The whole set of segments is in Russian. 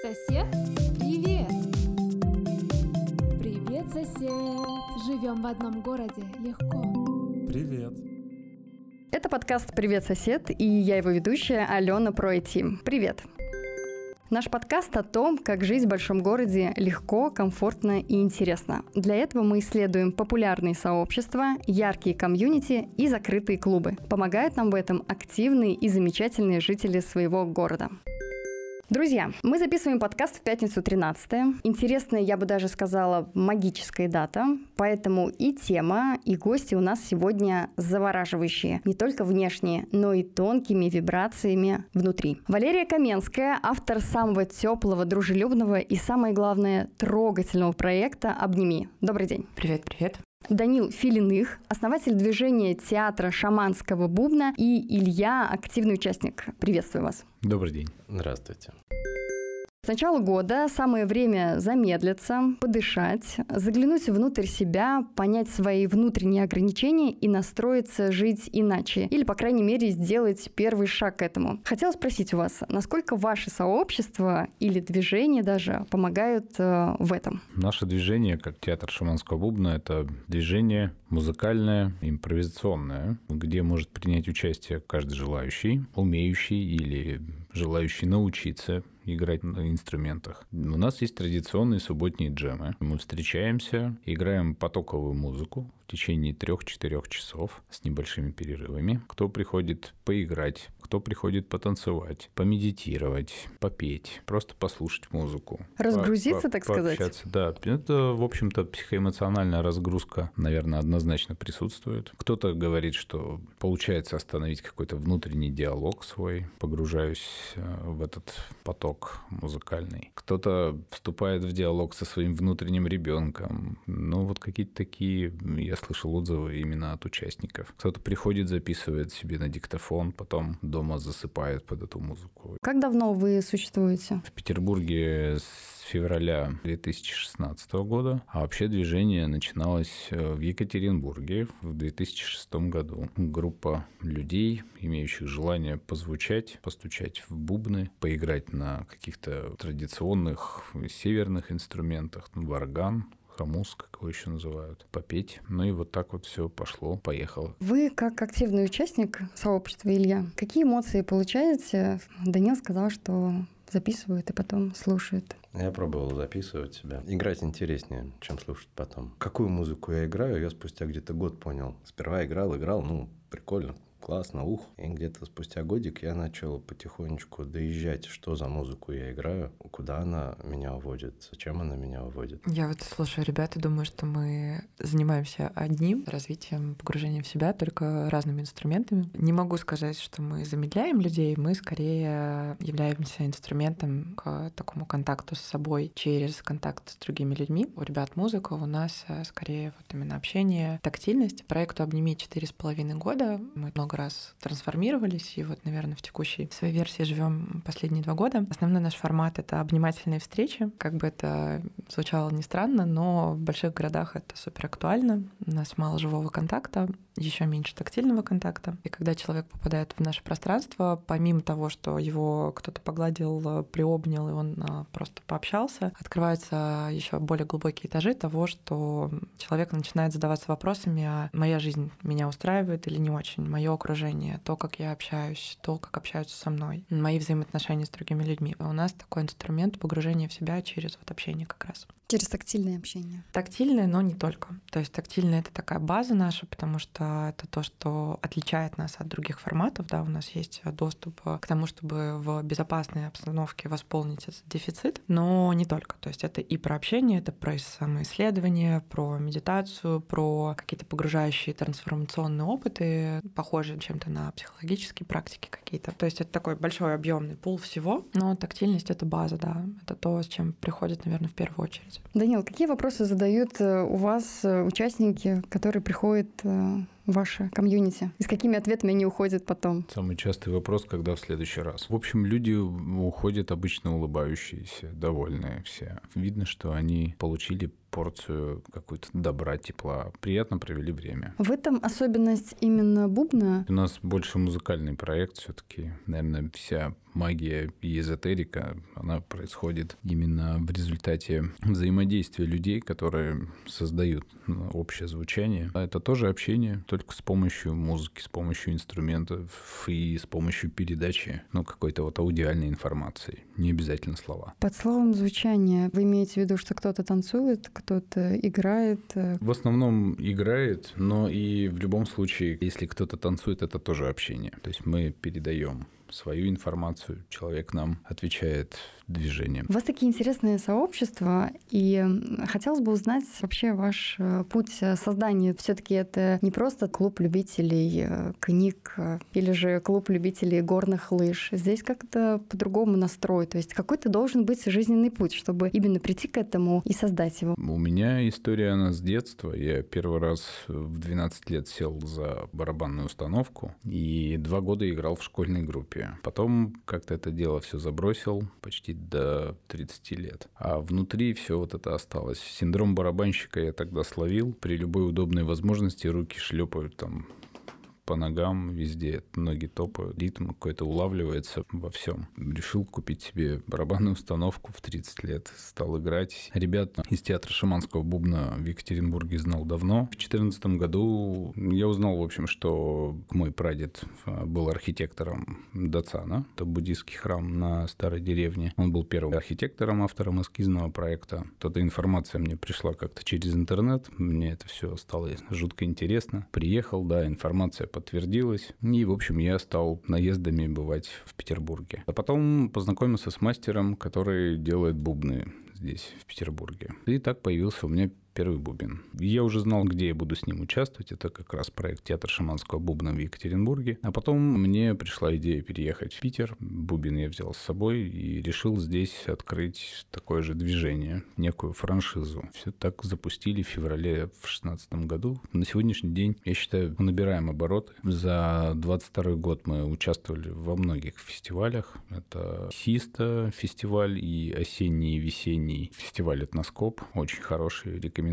Сосед, привет! Привет, сосед! Живем в одном городе, легко. Привет! Это подкаст «Привет, сосед», и я его ведущая Алена про IT. Привет! Наш подкаст о том, как жить в большом городе легко, комфортно и интересно. Для этого мы исследуем популярные сообщества, яркие комьюнити и закрытые клубы. Помогают нам в этом активные и замечательные жители своего города. Друзья, мы записываем подкаст в пятницу 13-е. Интересная, я бы даже сказала, магическая дата. Поэтому и тема, и гости у нас сегодня завораживающие. Не только внешние, но и тонкими вибрациями внутри. Валерия Каменская, автор самого теплого, дружелюбного и, самое главное, трогательного проекта «Обними». Добрый день. Привет, привет. Данил Филиных, основатель движения театра шаманского бубна, и Илья, активный участник. Приветствую вас. Добрый день. Здравствуйте. С начала года самое время замедлиться, подышать, заглянуть внутрь себя, понять свои внутренние ограничения и настроиться жить иначе. Или, по крайней мере, сделать первый шаг к этому. Хотела спросить у вас, насколько ваше сообщество или движение даже помогают в этом? Наше движение, как театр шаманского бубна, это движение музыкальное, импровизационное, где может принять участие каждый желающий, умеющий или желающий научиться играть на инструментах. У нас есть традиционные субботние джемы. Мы встречаемся, играем потоковую музыку в течение 3-4 часов с небольшими перерывами. Кто приходит поиграть, кто приходит потанцевать, помедитировать, попеть, просто послушать музыку. Разгрузиться, так сказать? Да, это, в общем-то, психоэмоциональная разгрузка, наверное, однозначно присутствует. Кто-то говорит, что получается остановить какой-то внутренний диалог свой, погружаюсь в этот поток музыкальный. Кто-то вступает в диалог со своим внутренним ребенком. Ну, вот какие-то такие, я слышал отзывы именно от участников. Кто-то приходит, записывает себе на диктофон, потом дома засыпает под эту музыку. Как давно вы существуете? В Петербурге с февраля 2016 года, а вообще движение начиналось в Екатеринбурге в 2006 году. Группа людей, имеющих желание позвучать, постучать в бубны, поиграть на каких-то традиционных северных инструментах, варган, хамус, как его еще называют, попеть. Ну и вот так вот все пошло, поехало. Вы, как активный участник сообщества, Илья, какие эмоции получаете? Данил сказал, что записывают и потом слушают. Я пробовал записывать себя. Играть интереснее, чем слушать потом. Какую музыку я играю, я спустя где-то год понял. Сперва играл, прикольно. Классно, И где-то спустя годик я начал потихонечку доезжать, что за музыку я играю, куда она меня уводит, зачем она меня уводит. Я вот слушаю ребят и думаю, что мы занимаемся одним развитием, погружением в себя, только разными инструментами. Не могу сказать, что мы замедляем людей, мы скорее являемся инструментом к такому контакту с собой через контакт с другими людьми. У ребят музыка, у нас скорее вот именно общение, тактильность. Проекту «Обними» 4,5 года. Мы много раз трансформировались, и вот, наверное, в текущей своей версии живем последние 2 года. Основной наш формат — это обнимательные встречи. Как бы это звучало не странно, но в больших городах это супер актуально. У нас мало живого контакта, еще меньше тактильного контакта. И когда человек попадает в наше пространство, помимо того, что его кто-то погладил, приобнял, и он просто пообщался, открываются еще более глубокие этажи того, что человек начинает задаваться вопросами: а моя жизнь меня устраивает или не очень? Мое окружение, то, как я общаюсь, то, как общаются со мной, мои взаимоотношения с другими людьми. У нас такой инструмент погружения в себя через вот общение как раз. Через тактильное общение. Тактильное, но не только. То есть тактильное — это такая база наша, потому что это то, что отличает нас от других форматов. Да, у нас есть доступ к тому, чтобы в безопасной обстановке восполнить этот дефицит, но не только. То есть это и про общение, это про самоисследование, про медитацию, про какие-то погружающие трансформационные опыты, похожие чем-то на психологические практики какие-то. То есть это такой большой объемный пул всего, но тактильность — это база, да. Это то, с чем приходят, наверное, в первую очередь. Данил, какие вопросы задают у вас участники, которые приходят в ваше комьюнити? И с какими ответами они уходят потом? Самый частый вопрос: когда в следующий раз? В общем, люди уходят обычно улыбающиеся, довольные все. Видно, что они получили порцию какую-то добра, тепла. Приятно провели время. В этом особенность именно бубна? У нас больше музыкальный проект все-таки. Наверное, вся магия и эзотерика, она происходит именно в результате взаимодействия людей, которые создают общее звучание. А это тоже общение, только с помощью музыки, с помощью инструментов и с помощью передачи, какой-то вот аудиальной информации. Не обязательно слова. Под словом звучание вы имеете в виду, что кто-то танцует, кто-то играет? В основном играет, но и в любом случае, если кто-то танцует, это тоже общение. То есть мы передаем свою информацию, человек нам отвечает движением. У вас такие интересные сообщества, и хотелось бы узнать вообще ваш путь создания. Все-таки это не просто клуб любителей книг или же клуб любителей горных лыж. Здесь как-то по-другому настрой. То есть какой-то должен быть жизненный путь, чтобы именно прийти к этому и создать его. У меня история, она с детства. Я первый раз в 12 лет сел за барабанную установку и 2 года играл в школьной группе. Потом как-то это дело все забросил почти до 30 лет. А внутри все вот это осталось. Синдром барабанщика я тогда словил. При любой удобной возможности руки шлепают там по ногам, везде ноги топают, ритм какой-то улавливается во всем. Решил купить себе барабанную установку в 30 лет, стал играть. Ребят из театра шаманского бубна в Екатеринбурге знал давно. В 2014 году я узнал, в общем, что мой прадед был архитектором Дацана, это буддийский храм на старой деревне. Он был первым архитектором, автором эскизного проекта. Эта информация мне пришла как-то через интернет, мне это все стало жутко интересно. Приехал, информация подтвердилось. И, в общем, я стал наездами бывать в Петербурге. А потом познакомился с мастером, который делает бубны здесь, в Петербурге. И так появился у меня первый бубен. Я уже знал, где я буду с ним участвовать. Это как раз проект «Театр шаманского бубна» в Екатеринбурге. А потом мне пришла идея переехать в Питер. Бубен я взял с собой и решил здесь открыть такое же движение, некую франшизу. Все так запустили в феврале в 2016 году. На сегодняшний день, я считаю, мы набираем обороты. За 2022 год мы участвовали во многих фестивалях. Это Систа фестиваль и осенний и весенний фестиваль «Этноскоп». Очень хороший, рекомендую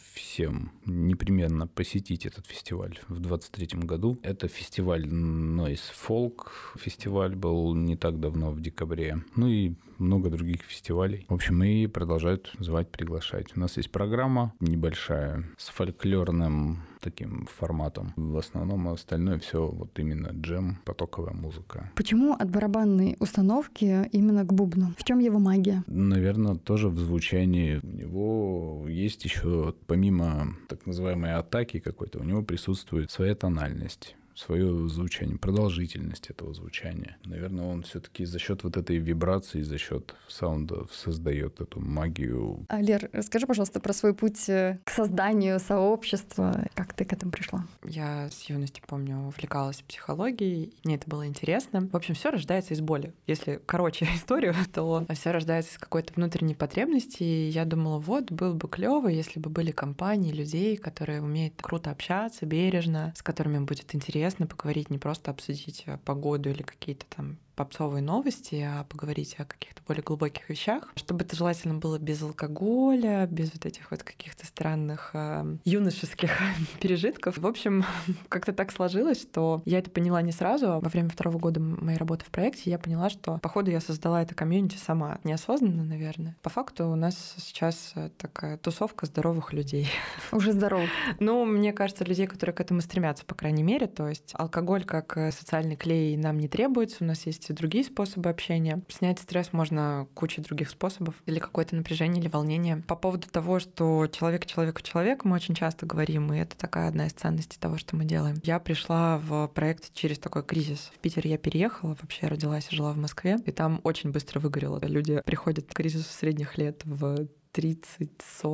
всем непременно посетить этот фестиваль в 2023 году. Это фестиваль Noise Folk. Фестиваль был не так давно, в декабре. И много других фестивалей. В общем, и продолжают звать, приглашать. У нас есть программа небольшая с фольклорным таким форматом. В основном остальное все вот именно джем, потоковая музыка. Почему от барабанной установки именно к бубну? В чем его магия? Наверное, тоже в звучании. У него есть еще, помимо так называемой атаки какой-то, у него присутствует своя тональность, свое звучание, продолжительность этого звучания. Наверное, он все-таки за счет вот этой вибрации, за счет саунда создает эту магию. Лер, расскажи, пожалуйста, про свой путь к созданию сообщества. Как ты к этому пришла? Я с юности, помню, увлекалась психологией. Мне это было интересно. В общем, все рождается из боли. Если короче историю, то все рождается из какой-то внутренней потребности. И я думала, было бы клево, если бы были компании людей, которые умеют круто общаться, бережно, с которыми будет интересно поговорить, не просто обсудить погоду или какие-то там попсовые новости, а поговорить о каких-то более глубоких вещах, чтобы это желательно было без алкоголя, без вот этих вот каких-то странных юношеских пережитков. В общем, как-то так сложилось, что я это поняла не сразу. Во время 2-го года моей работы в проекте я поняла, что, походу, я создала это комьюнити сама. Неосознанно, наверное. По факту у нас сейчас такая тусовка здоровых людей. Уже здоровых. Мне кажется, людей, которые к этому стремятся, по крайней мере. То есть алкоголь как социальный клей нам не требуется. У нас есть другие способы общения. Снять стресс можно кучей других способов. Или какое-то напряжение, или волнение. По поводу того, что человек человеку человек, мы очень часто говорим, и это такая одна из ценностей того, что мы делаем. Я пришла в проект через такой кризис. В Питер я переехала, вообще родилась и жила в Москве, и там очень быстро выгорело. Люди приходят к кризису средних лет в 30,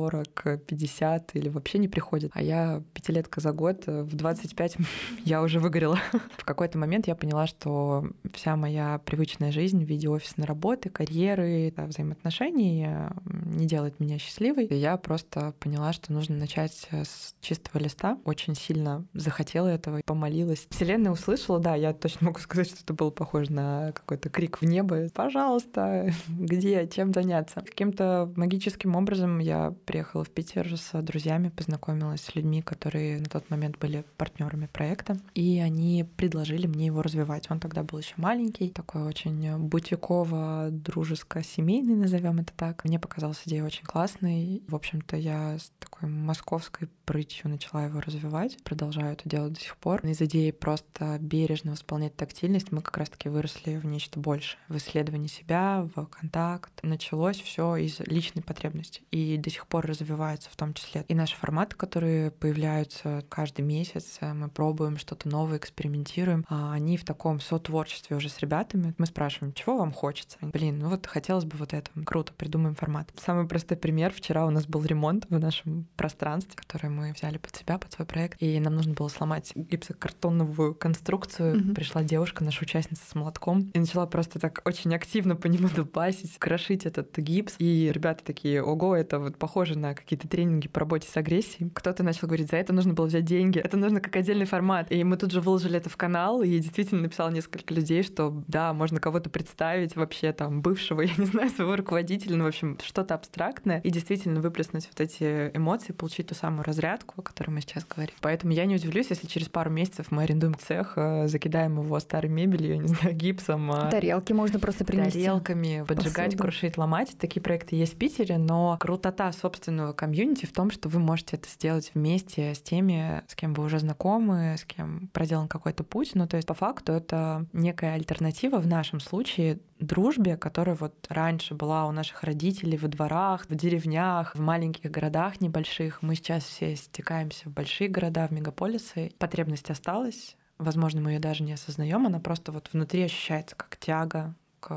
40, 50 или вообще не приходит. А я пятилетка за год, в 25 я уже выгорела. В какой-то момент я поняла, что вся моя привычная жизнь в виде офисной работы, карьеры, взаимоотношений не делает меня счастливой. И я просто поняла, что нужно начать с чистого листа. Очень сильно захотела этого, помолилась. Вселенная услышала, я точно могу сказать, что это было похоже на какой-то крик в небо. Пожалуйста, где, чем заняться? Каким-то магическим Таким образом, я приехала в Питер с друзьями, познакомилась с людьми, которые на тот момент были партнерами проекта, и они предложили мне его развивать. Он тогда был еще маленький, такой очень бутиково-дружеско-семейный, назовем это так. Мне показалась идея очень классной. В общем-то, я с такой московской прытью начала его развивать, продолжаю это делать до сих пор. Из идеи просто бережно восполнять тактильность мы как раз-таки выросли в нечто большее, в исследовании себя, в контакт. Началось все из личной потребности и до сих пор развивается в том числе. И наши форматы, которые появляются каждый месяц, мы пробуем что-то новое, экспериментируем, а они в таком сотворчестве уже с ребятами. Мы спрашиваем, чего вам хочется? Блин, ну вот хотелось бы вот это. Круто, придумаем формат. Самый простой пример. Вчера у нас был ремонт в нашем пространстве, который мы взяли под себя, под свой проект, и нам нужно было сломать гипсокартоновую конструкцию. Пришла девушка, наша участница, с молотком, и начала просто так очень активно по нему дубасить, крошить этот гипс. И ребята такие: ого, это вот похоже на какие-то тренинги по работе с агрессией. Кто-то начал говорить: за это нужно было взять деньги, это нужно как отдельный формат. И мы тут же выложили это в канал, и действительно написало несколько людей, что да, можно кого-то представить вообще там бывшего, я не знаю, своего руководителя, ну, в общем, что-то абстрактное, и действительно выплеснуть вот эти эмоции, получить ту самую разрядку, о которой мы сейчас говорим. Поэтому я не удивлюсь, если через пару месяцев мы арендуем цех, закидаем его старой мебелью, я не знаю, гипсом. Тарелки можно просто принести. Тарелками поджигать, крушить, ломать. Такие проекты есть в Питере, но крутота собственного комьюнити в том, что вы можете это сделать вместе с теми, с кем вы уже знакомы, с кем проделан какой-то путь. Ну, то есть, по факту, это некая альтернатива в нашем случае дружбе, которая вот раньше была у наших родителей во дворах, в деревнях, в маленьких городах небольших. Мы сейчас все стекаемся в большие города, в мегаполисы. Потребность осталась. Возможно, мы ее даже не осознаем, она просто вот внутри ощущается как тяга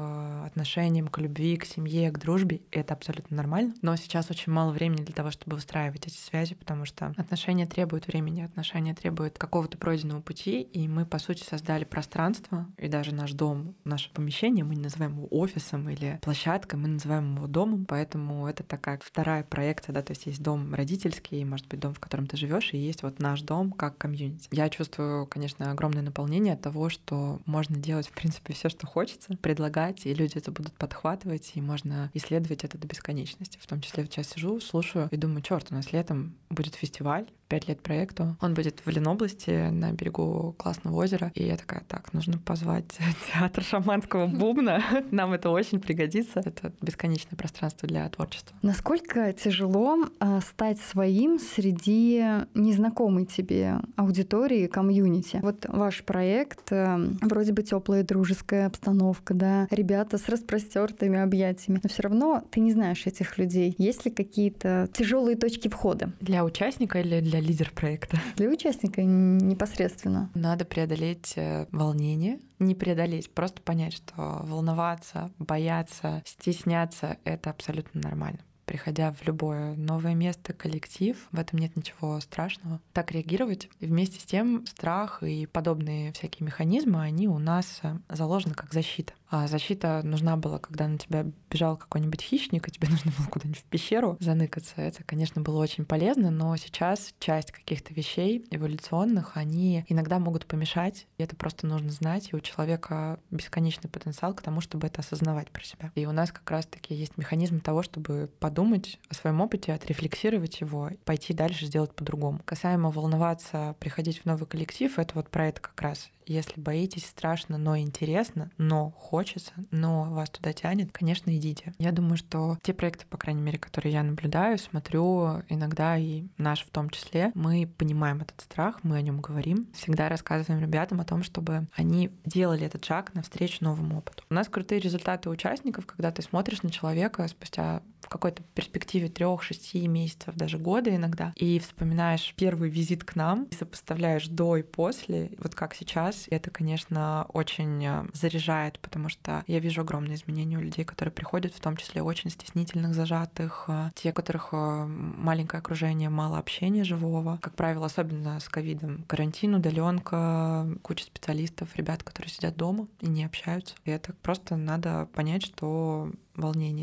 к отношениям, к любви, к семье, к дружбе. И это абсолютно нормально. Но сейчас очень мало времени для того, чтобы выстраивать эти связи, потому что отношения требуют времени, отношения требуют какого-то пройденного пути, и мы, по сути, создали пространство, и даже наш дом, наше помещение, мы не называем его офисом или площадкой, мы называем его домом, поэтому это такая вторая проекция, да, то есть есть дом родительский, может быть, дом, в котором ты живешь, и есть вот наш дом как комьюнити. Я чувствую, конечно, огромное наполнение от того, что можно делать, в принципе, все, что хочется, предлагать, и люди это будут подхватывать, и можно исследовать это до бесконечности. В том числе вот сейчас сижу, слушаю и думаю: чёрт, у нас летом будет фестиваль, 5 лет проекту. Он будет в Ленобласти, на берегу классного озера. И я такая: так, нужно позвать театр шаманского бубна. Нам это очень пригодится. Это бесконечное пространство для творчества. Насколько тяжело стать своим среди незнакомой тебе аудитории, комьюнити? Вот ваш проект, вроде бы теплая дружеская обстановка, да, ребята с распростертыми объятиями, но все равно ты не знаешь этих людей. Есть ли какие-то тяжелые точки входа? Для участника или для лидера проекта? Для участника непосредственно. Надо преодолеть волнение. Не преодолеть, просто понять, что волноваться, бояться, стесняться — это абсолютно нормально. Приходя в любое новое место, коллектив, в этом нет ничего страшного. Так реагировать. И вместе с тем страх и подобные всякие механизмы, они у нас заложены как защита. А защита нужна была, когда на тебя бежал какой-нибудь хищник, и тебе нужно было куда-нибудь в пещеру заныкаться. Это, конечно, было очень полезно, но сейчас часть каких-то вещей эволюционных, они иногда могут помешать, и это просто нужно знать, и у человека бесконечный потенциал к тому, чтобы это осознавать про себя. И у нас как раз-таки есть механизм того, чтобы подумать о своем опыте, отрефлексировать его, пойти дальше, сделать по-другому. Касаемо волноваться, приходить в новый коллектив, это вот про это как раз. Если боитесь, страшно, но интересно, но хочется, но вас туда тянет, конечно, идите. Я думаю, что те проекты, по крайней мере, которые я наблюдаю, смотрю, иногда и наш в том числе, мы понимаем этот страх, мы о нем говорим, всегда рассказываем ребятам о том, чтобы они делали этот шаг навстречу новому опыту. У нас крутые результаты участников, когда ты смотришь на человека спустя в какой-то перспективе 3-6 месяцев, даже года иногда, и вспоминаешь первый визит к нам, и сопоставляешь до и после, вот как сейчас. Это, конечно, очень заряжает, потому что я вижу огромные изменения у людей, которые приходят, в том числе очень стеснительных, зажатых, те, у которых маленькое окружение, мало общения живого. Как правило, особенно с ковидом. Карантин, удаленка, куча специалистов, ребят, которые сидят дома и не общаются. И это просто надо понять, что волнение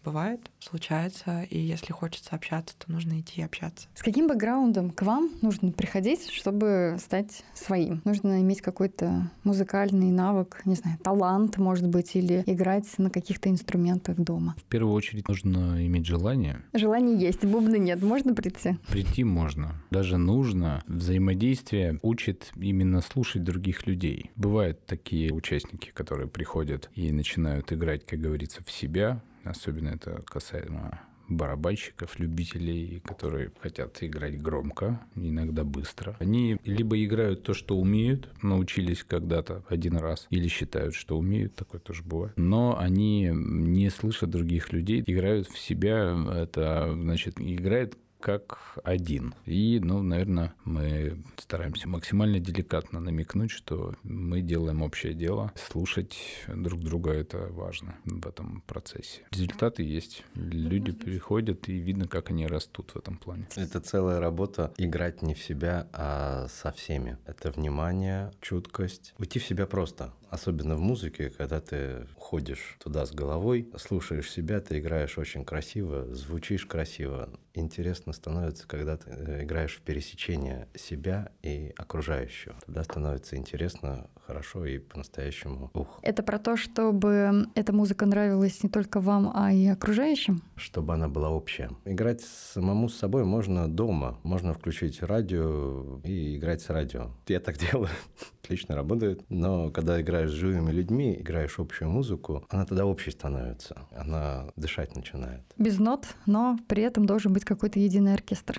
Бывает, случается, и если хочется общаться, то нужно идти общаться. С каким бэкграундом к вам нужно приходить, чтобы стать своим? Нужно иметь какой-то музыкальный навык, не знаю, талант, может быть, или играть на каких-то инструментах дома? В первую очередь нужно иметь желание. Желание есть, бубны нет. Можно прийти? Прийти можно, даже нужно. Взаимодействие учит именно слушать других людей. Бывают такие участники, которые приходят и начинают играть, как говорится, в себя. Особенно это касаемо барабанщиков, любителей, которые хотят играть громко, иногда быстро. Они либо играют то, что умеют, научились когда-то один раз, или считают, что умеют, такое тоже бывает. Но они не слышат других людей, играют в себя, это значит, играет как один. И, наверное, мы стараемся максимально деликатно намекнуть, что мы делаем общее дело. Слушать друг друга — это важно в этом процессе. Результаты есть. Люди приходят, и видно, как они растут в этом плане. Это целая работа играть не в себя, а со всеми. Это внимание, чуткость. Уйти в себя просто. Особенно в музыке, когда ты ходишь туда с головой, слушаешь себя, ты играешь очень красиво, звучишь красиво. Интересно становится, когда ты играешь в пересечение себя и окружающего. Тогда становится интересно, хорошо и по-настоящему ух. Это про то, чтобы эта музыка нравилась не только вам, а и окружающим? Чтобы она была общая. Играть самому с собой можно дома. Можно включить радио и играть с радио. Я так делаю. Отлично работает. Но когда играешь с живыми людьми, играешь общую музыку, она тогда общей становится. Она дышать начинает. Без нот, но при этом должен быть какой-то единый оркестр.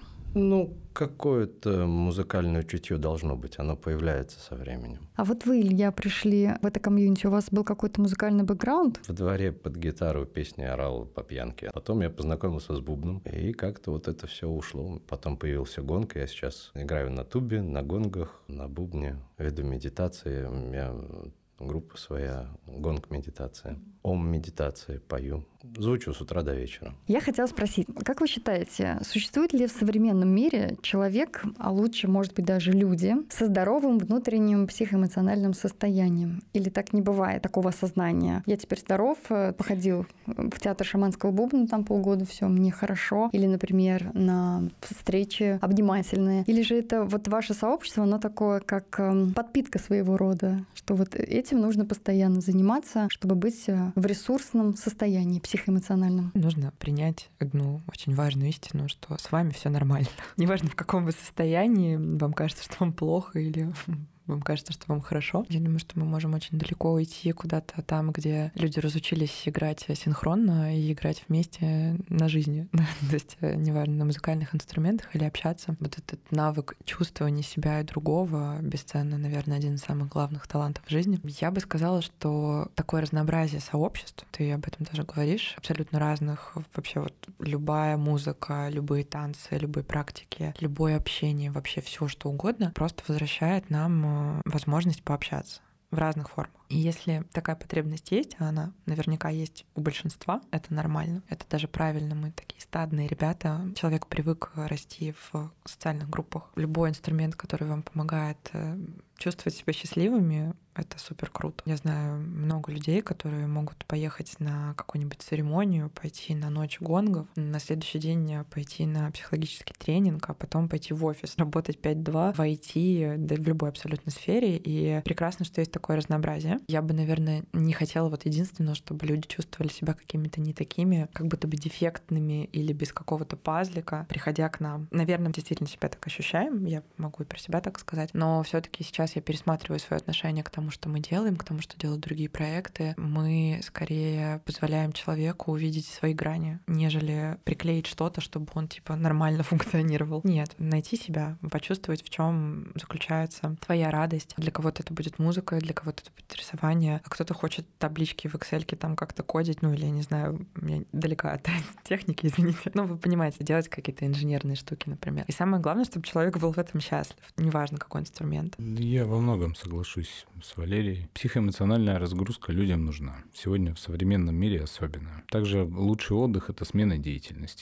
Какое-то музыкальное чутье должно быть, оно появляется со временем. А вот вы, Илья, пришли в это комьюнити, у вас был какой-то музыкальный бэкграунд? В дворе под гитару песни орал по пьянке. Потом я познакомился с бубном, и как-то вот это все ушло. Потом появился гонг, я сейчас играю на тубе, на гонгах, на бубне, веду медитации. У меня группа своя, гонг-медитация. Ом-медитации пою. Звучу с утра до вечера. Я хотела спросить, как вы считаете, существует ли в современном мире человек, а лучше, может быть, даже люди, со здоровым внутренним психоэмоциональным состоянием? Или так не бывает, такого сознания? Я теперь здоров, походил в театр шаманского бубна, там полгода, все, мне хорошо. Или, например, на встречи обнимательные. Или же это вот ваше сообщество, оно такое, как подпитка своего рода, что вот этим нужно постоянно заниматься, чтобы быть в ресурсном состоянии психоэмоциональном. Нужно принять одну очень важную истину, что с вами все нормально. Неважно, в каком вы состоянии, вам кажется, что вам плохо или вам кажется, что вам хорошо. Я думаю, что мы можем очень далеко уйти куда-то там, где люди разучились играть синхронно и играть вместе на жизни. То есть неважно, на музыкальных инструментах или общаться. Вот этот навык чувствования себя и другого бесценно, наверное, один из самых главных талантов в жизни. Я бы сказала, что такое разнообразие сообществ, ты об этом тоже говоришь, абсолютно разных. Вообще вот любая музыка, любые танцы, любые практики, любое общение, вообще все что угодно, просто возвращает нам возможность пообщаться в разных формах. И если такая потребность есть, а она наверняка есть у большинства, это нормально, это даже правильно, мы такие стадные ребята. Человек привык расти в социальных группах. Любой инструмент, который вам помогает чувствовать себя счастливыми, это супер круто. Я знаю много людей, которые могут поехать на какую-нибудь церемонию, пойти на ночь гонгов, на следующий день пойти на психологический тренинг, а потом пойти в офис, работать 5-2 в IT, да в любой абсолютно сфере. И прекрасно, что есть такое разнообразие. Я бы, наверное, не хотела вот единственное, чтобы люди чувствовали себя какими-то не такими, как будто бы дефектными или без какого-то пазлика, приходя к нам. Наверное, действительно себя так ощущаем, я могу и про себя так сказать, но все-таки сейчас я пересматриваю свое отношение к тому, что мы делаем, к тому, что делают другие проекты. Мы скорее позволяем человеку увидеть свои грани, нежели приклеить что-то, чтобы он типа нормально функционировал. Нет, найти себя, почувствовать, в чем заключается твоя радость. Для кого-то это будет музыка, для кого-то это будет рисование, а кто-то хочет таблички в Excel там как-то кодить, или я не знаю, я далека от техники, извините. Но вы понимаете, делать какие-то инженерные штуки, например. И самое главное, чтобы человек был в этом счастлив, неважно какой инструмент. Я во многом соглашусь с Валерией. Психоэмоциональная разгрузка людям нужна. Сегодня в современном мире особенно. Также лучший отдых — это смена деятельности.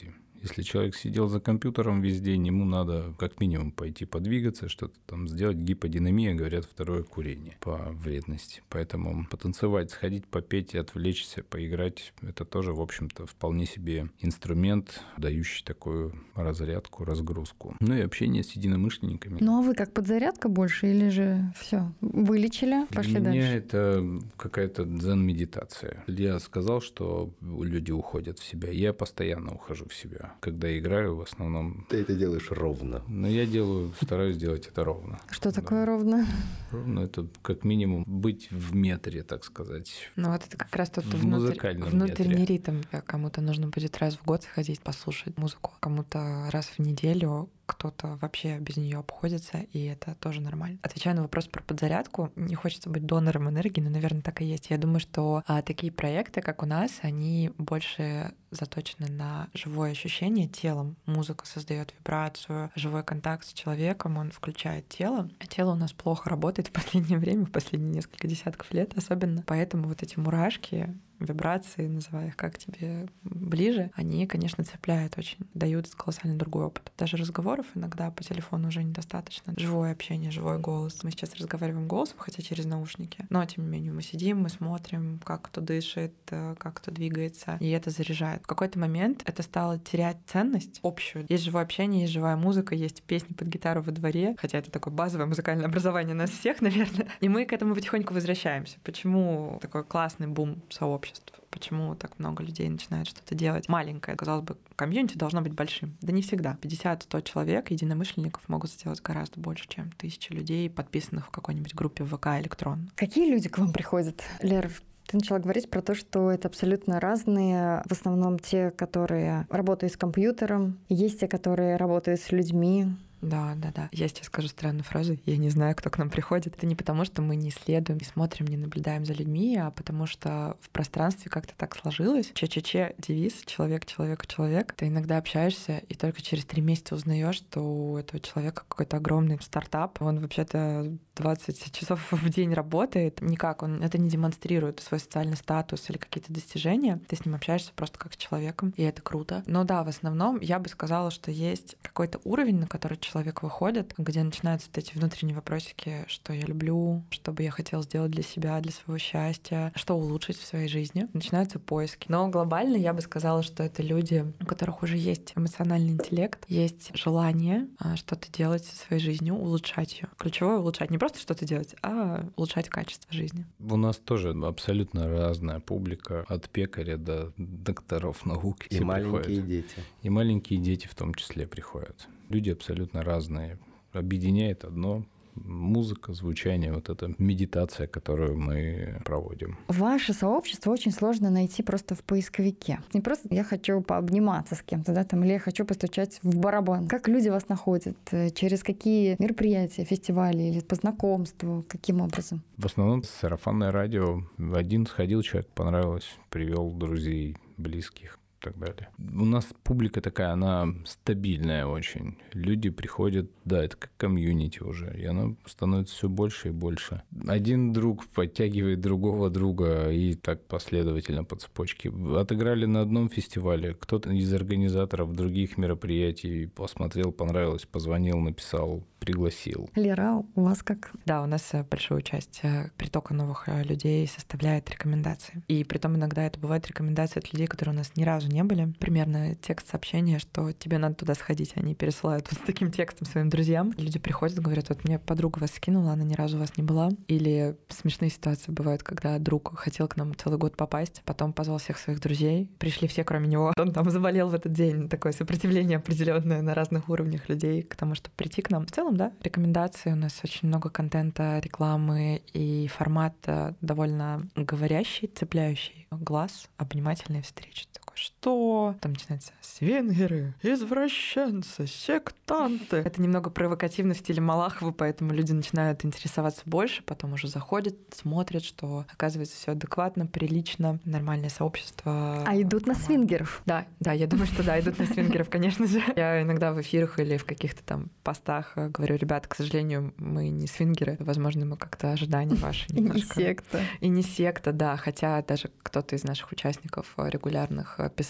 Если человек сидел за компьютером весь день, ему надо как минимум пойти подвигаться, что-то там сделать. Гиподинамия, говорят, второе курение по вредности. Поэтому потанцевать, сходить, попеть, отвлечься, поиграть — это тоже, в общем-то, вполне себе инструмент, дающий такую разрядку, разгрузку. Ну и общение с единомышленниками. Ну а вы как подзарядка больше или же все вылечили, пошли Для меня дальше? это какая-то дзен-медитация. Я сказал, что люди уходят в себя. Я постоянно ухожу в себя. Когда играю, в основном... Ты это делаешь ровно. Но я стараюсь делать это ровно. Что такое ровно? Ровно — это как минимум быть в метре, так сказать. Ну вот это как раз тот В музыкальном внутренний метре. ритм. Кому-то нужно будет раз в год сходить, послушать музыку, кому-то раз в неделю, кто-то вообще без нее обходится, и это тоже нормально. Отвечая на вопрос про подзарядку, не хочется быть донором энергии, но, наверное, так и есть. Я думаю, что такие проекты, как у нас, они больше заточены на живое ощущение телом. Музыка создает вибрацию, живой контакт с человеком, он включает тело. А тело у нас плохо работает в последнее время, в последние несколько десятков лет особенно. Поэтому вот эти мурашки, вибрации, называя их как тебе ближе, они, конечно, цепляют очень, дают колоссально другой опыт. Даже разговоров иногда по телефону уже недостаточно. Живое общение, живой голос. Мы сейчас разговариваем голосом, хотя через наушники. Но, тем не менее, мы сидим, мы смотрим, как кто дышит, как кто двигается, и это заряжает. В какой-то момент это стало терять ценность общую. Есть живое общение, есть живая музыка, есть песни под гитару во дворе, хотя это такое базовое музыкальное образование нас всех, наверное. И мы к этому потихоньку возвращаемся. Почему такой классный бум сообществ? Почему так много людей начинает что-то делать маленькое? Казалось бы, комьюнити должно быть большим. Да не всегда. 50-100 человек, единомышленников, могут сделать гораздо больше, чем 1000 людей, подписанных в какой-нибудь группе в ВК электронно. Какие люди к вам приходят? Лер, ты начала говорить про то, что это абсолютно разные. В основном те, которые работают с компьютером. Есть те, которые работают с людьми. Да. Я сейчас скажу странную фразу. Я не знаю, кто к нам приходит. Это не потому, что мы не исследуем, не смотрим, не наблюдаем за людьми, а потому что в пространстве как-то так сложилось. ЧЧЧ девиз «Человек человеку человек». Ты иногда общаешься, и только через 3 месяца узнаешь, что у этого человека какой-то огромный стартап. Он вообще-то 20 часов в день работает. Никак он это не демонстрирует, свой социальный статус или какие-то достижения. Ты с ним общаешься просто как с человеком, и это круто. Но да, в основном я бы сказала, что есть какой-то уровень, на который человек выходит, где начинаются вот эти внутренние вопросики, что я люблю, что бы я хотел сделать для себя, для своего счастья, что улучшить в своей жизни. Начинаются поиски. Но глобально я бы сказала, что это люди, у которых уже есть эмоциональный интеллект, есть желание что-то делать со своей жизнью, улучшать ее. Ключевое — улучшать. Не просто что-то делать, а улучшать качество жизни. У нас тоже абсолютно разная публика, от пекаря до докторов наук. И маленькие дети. И маленькие дети в том числе приходят. Люди абсолютно разные. Объединяет одно — музыка, звучание, вот эта медитация, которую мы проводим. Ваше сообщество очень сложно найти просто в поисковике. Не просто я хочу пообниматься с кем-то, да, там, или я хочу постучать в барабан. Как люди вас находят? Через какие мероприятия, фестивали или по знакомству? Каким образом? В основном сарафанное радио. Один сходил, человек понравилось, привел друзей, близких. Так далее. У нас публика такая, она стабильная очень. Люди приходят, да, это как комьюнити уже, и оно становится все больше и больше. Один друг подтягивает другого друга, и так последовательно по цепочке. Отыграли на одном фестивале, кто-то из организаторов других мероприятий посмотрел, понравилось, позвонил, написал, пригласил. Лера, у вас как? Да, у нас большую часть притока новых людей составляет рекомендации. И притом иногда это бывает рекомендации от людей, которые у нас ни разу не были. Примерно текст сообщения, что тебе надо туда сходить. Они пересылают вот с таким текстом своим друзьям. Люди приходят, говорят, вот мне подруга вас скинула, она ни разу у вас не была. Или смешные ситуации бывают, когда друг хотел к нам целый год попасть, потом позвал всех своих друзей. Пришли все, кроме него. Он там заболел в этот день. Такое сопротивление определенное на разных уровнях людей к тому, чтобы прийти к нам. В целом, да, рекомендации. У нас очень много контента, рекламы, и формат довольно говорящий, цепляющий глаз, обнимательные встречи. Такой, что? Там начинается свингеры, извращенцы, сектанты. Это немного провокативно в стиле Малахова, поэтому люди начинают интересоваться больше, потом уже заходят, смотрят, что оказывается все адекватно, прилично, нормальное сообщество. А идут на свингеров? Да, я думаю, что да, идут на свингеров, конечно же. Я иногда в эфирах или в каких-то там постах говорю, ребята, к сожалению, мы не свингеры, возможно, мы как-то ожидания ваши немножко. И не секта. И не секта, да, хотя даже кто-то из наших участников регулярных писал пост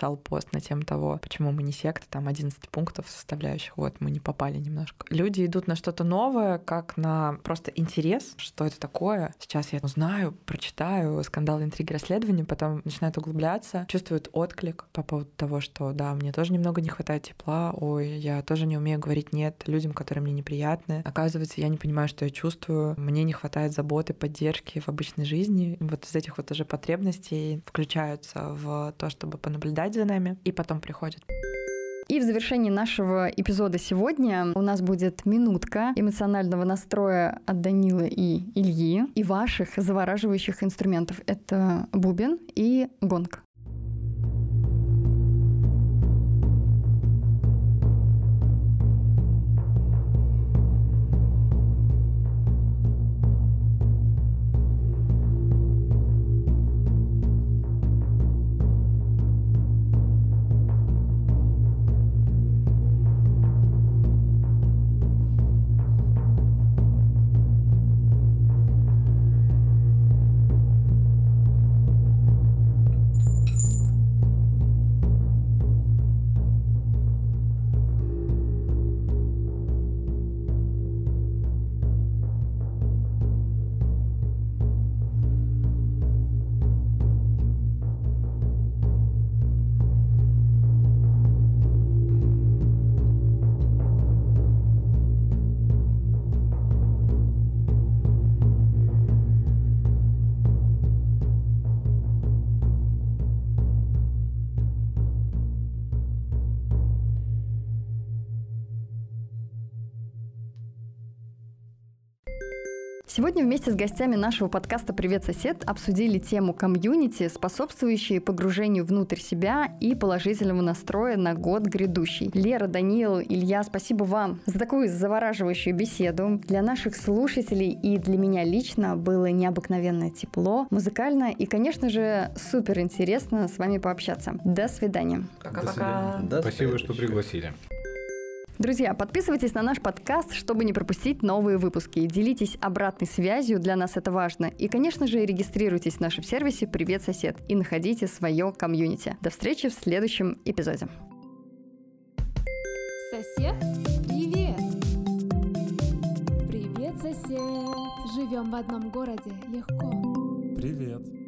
пост на тему того, почему мы не секта, там 11 пунктов составляющих, вот мы не попали немножко. Люди идут на что-то новое, как на просто интерес, что это такое. Сейчас я узнаю, прочитаю скандалы, интриги, расследования, потом начинают углубляться, чувствуют отклик по поводу того, что да, мне тоже немного не хватает тепла, ой, я тоже не умею говорить нет людям, которые мне неприятны. Оказывается, я не понимаю, что я чувствую, мне не хватает заботы, поддержки в обычной жизни. Вот из этих вот уже потребностей включаются в то, чтобы понаблюдать за нами, и потом приходят. И в завершении нашего эпизода сегодня у нас будет минутка эмоционального настроя от Данилы и Ильи и ваших завораживающих инструментов. Это бубен и гонг. Сегодня вместе с гостями нашего подкаста «Привет, сосед» обсудили тему комьюнити, способствующие погружению внутрь себя и положительного настроя на год грядущий. Лера, Данил, Илья, спасибо вам за такую завораживающую беседу. Для наших слушателей и для меня лично было необыкновенно тепло, музыкально и, конечно же, супер интересно с вами пообщаться. До свидания. Пока-пока. Спасибо, что пригласили. Друзья, подписывайтесь на наш подкаст, чтобы не пропустить новые выпуски. Делитесь обратной связью, для нас это важно. И, конечно же, регистрируйтесь в нашем сервисе «Привет, сосед» и находите свое комьюнити. До встречи в следующем эпизоде. Сосед, привет! Привет, сосед! Живем в одном городе легко. Привет.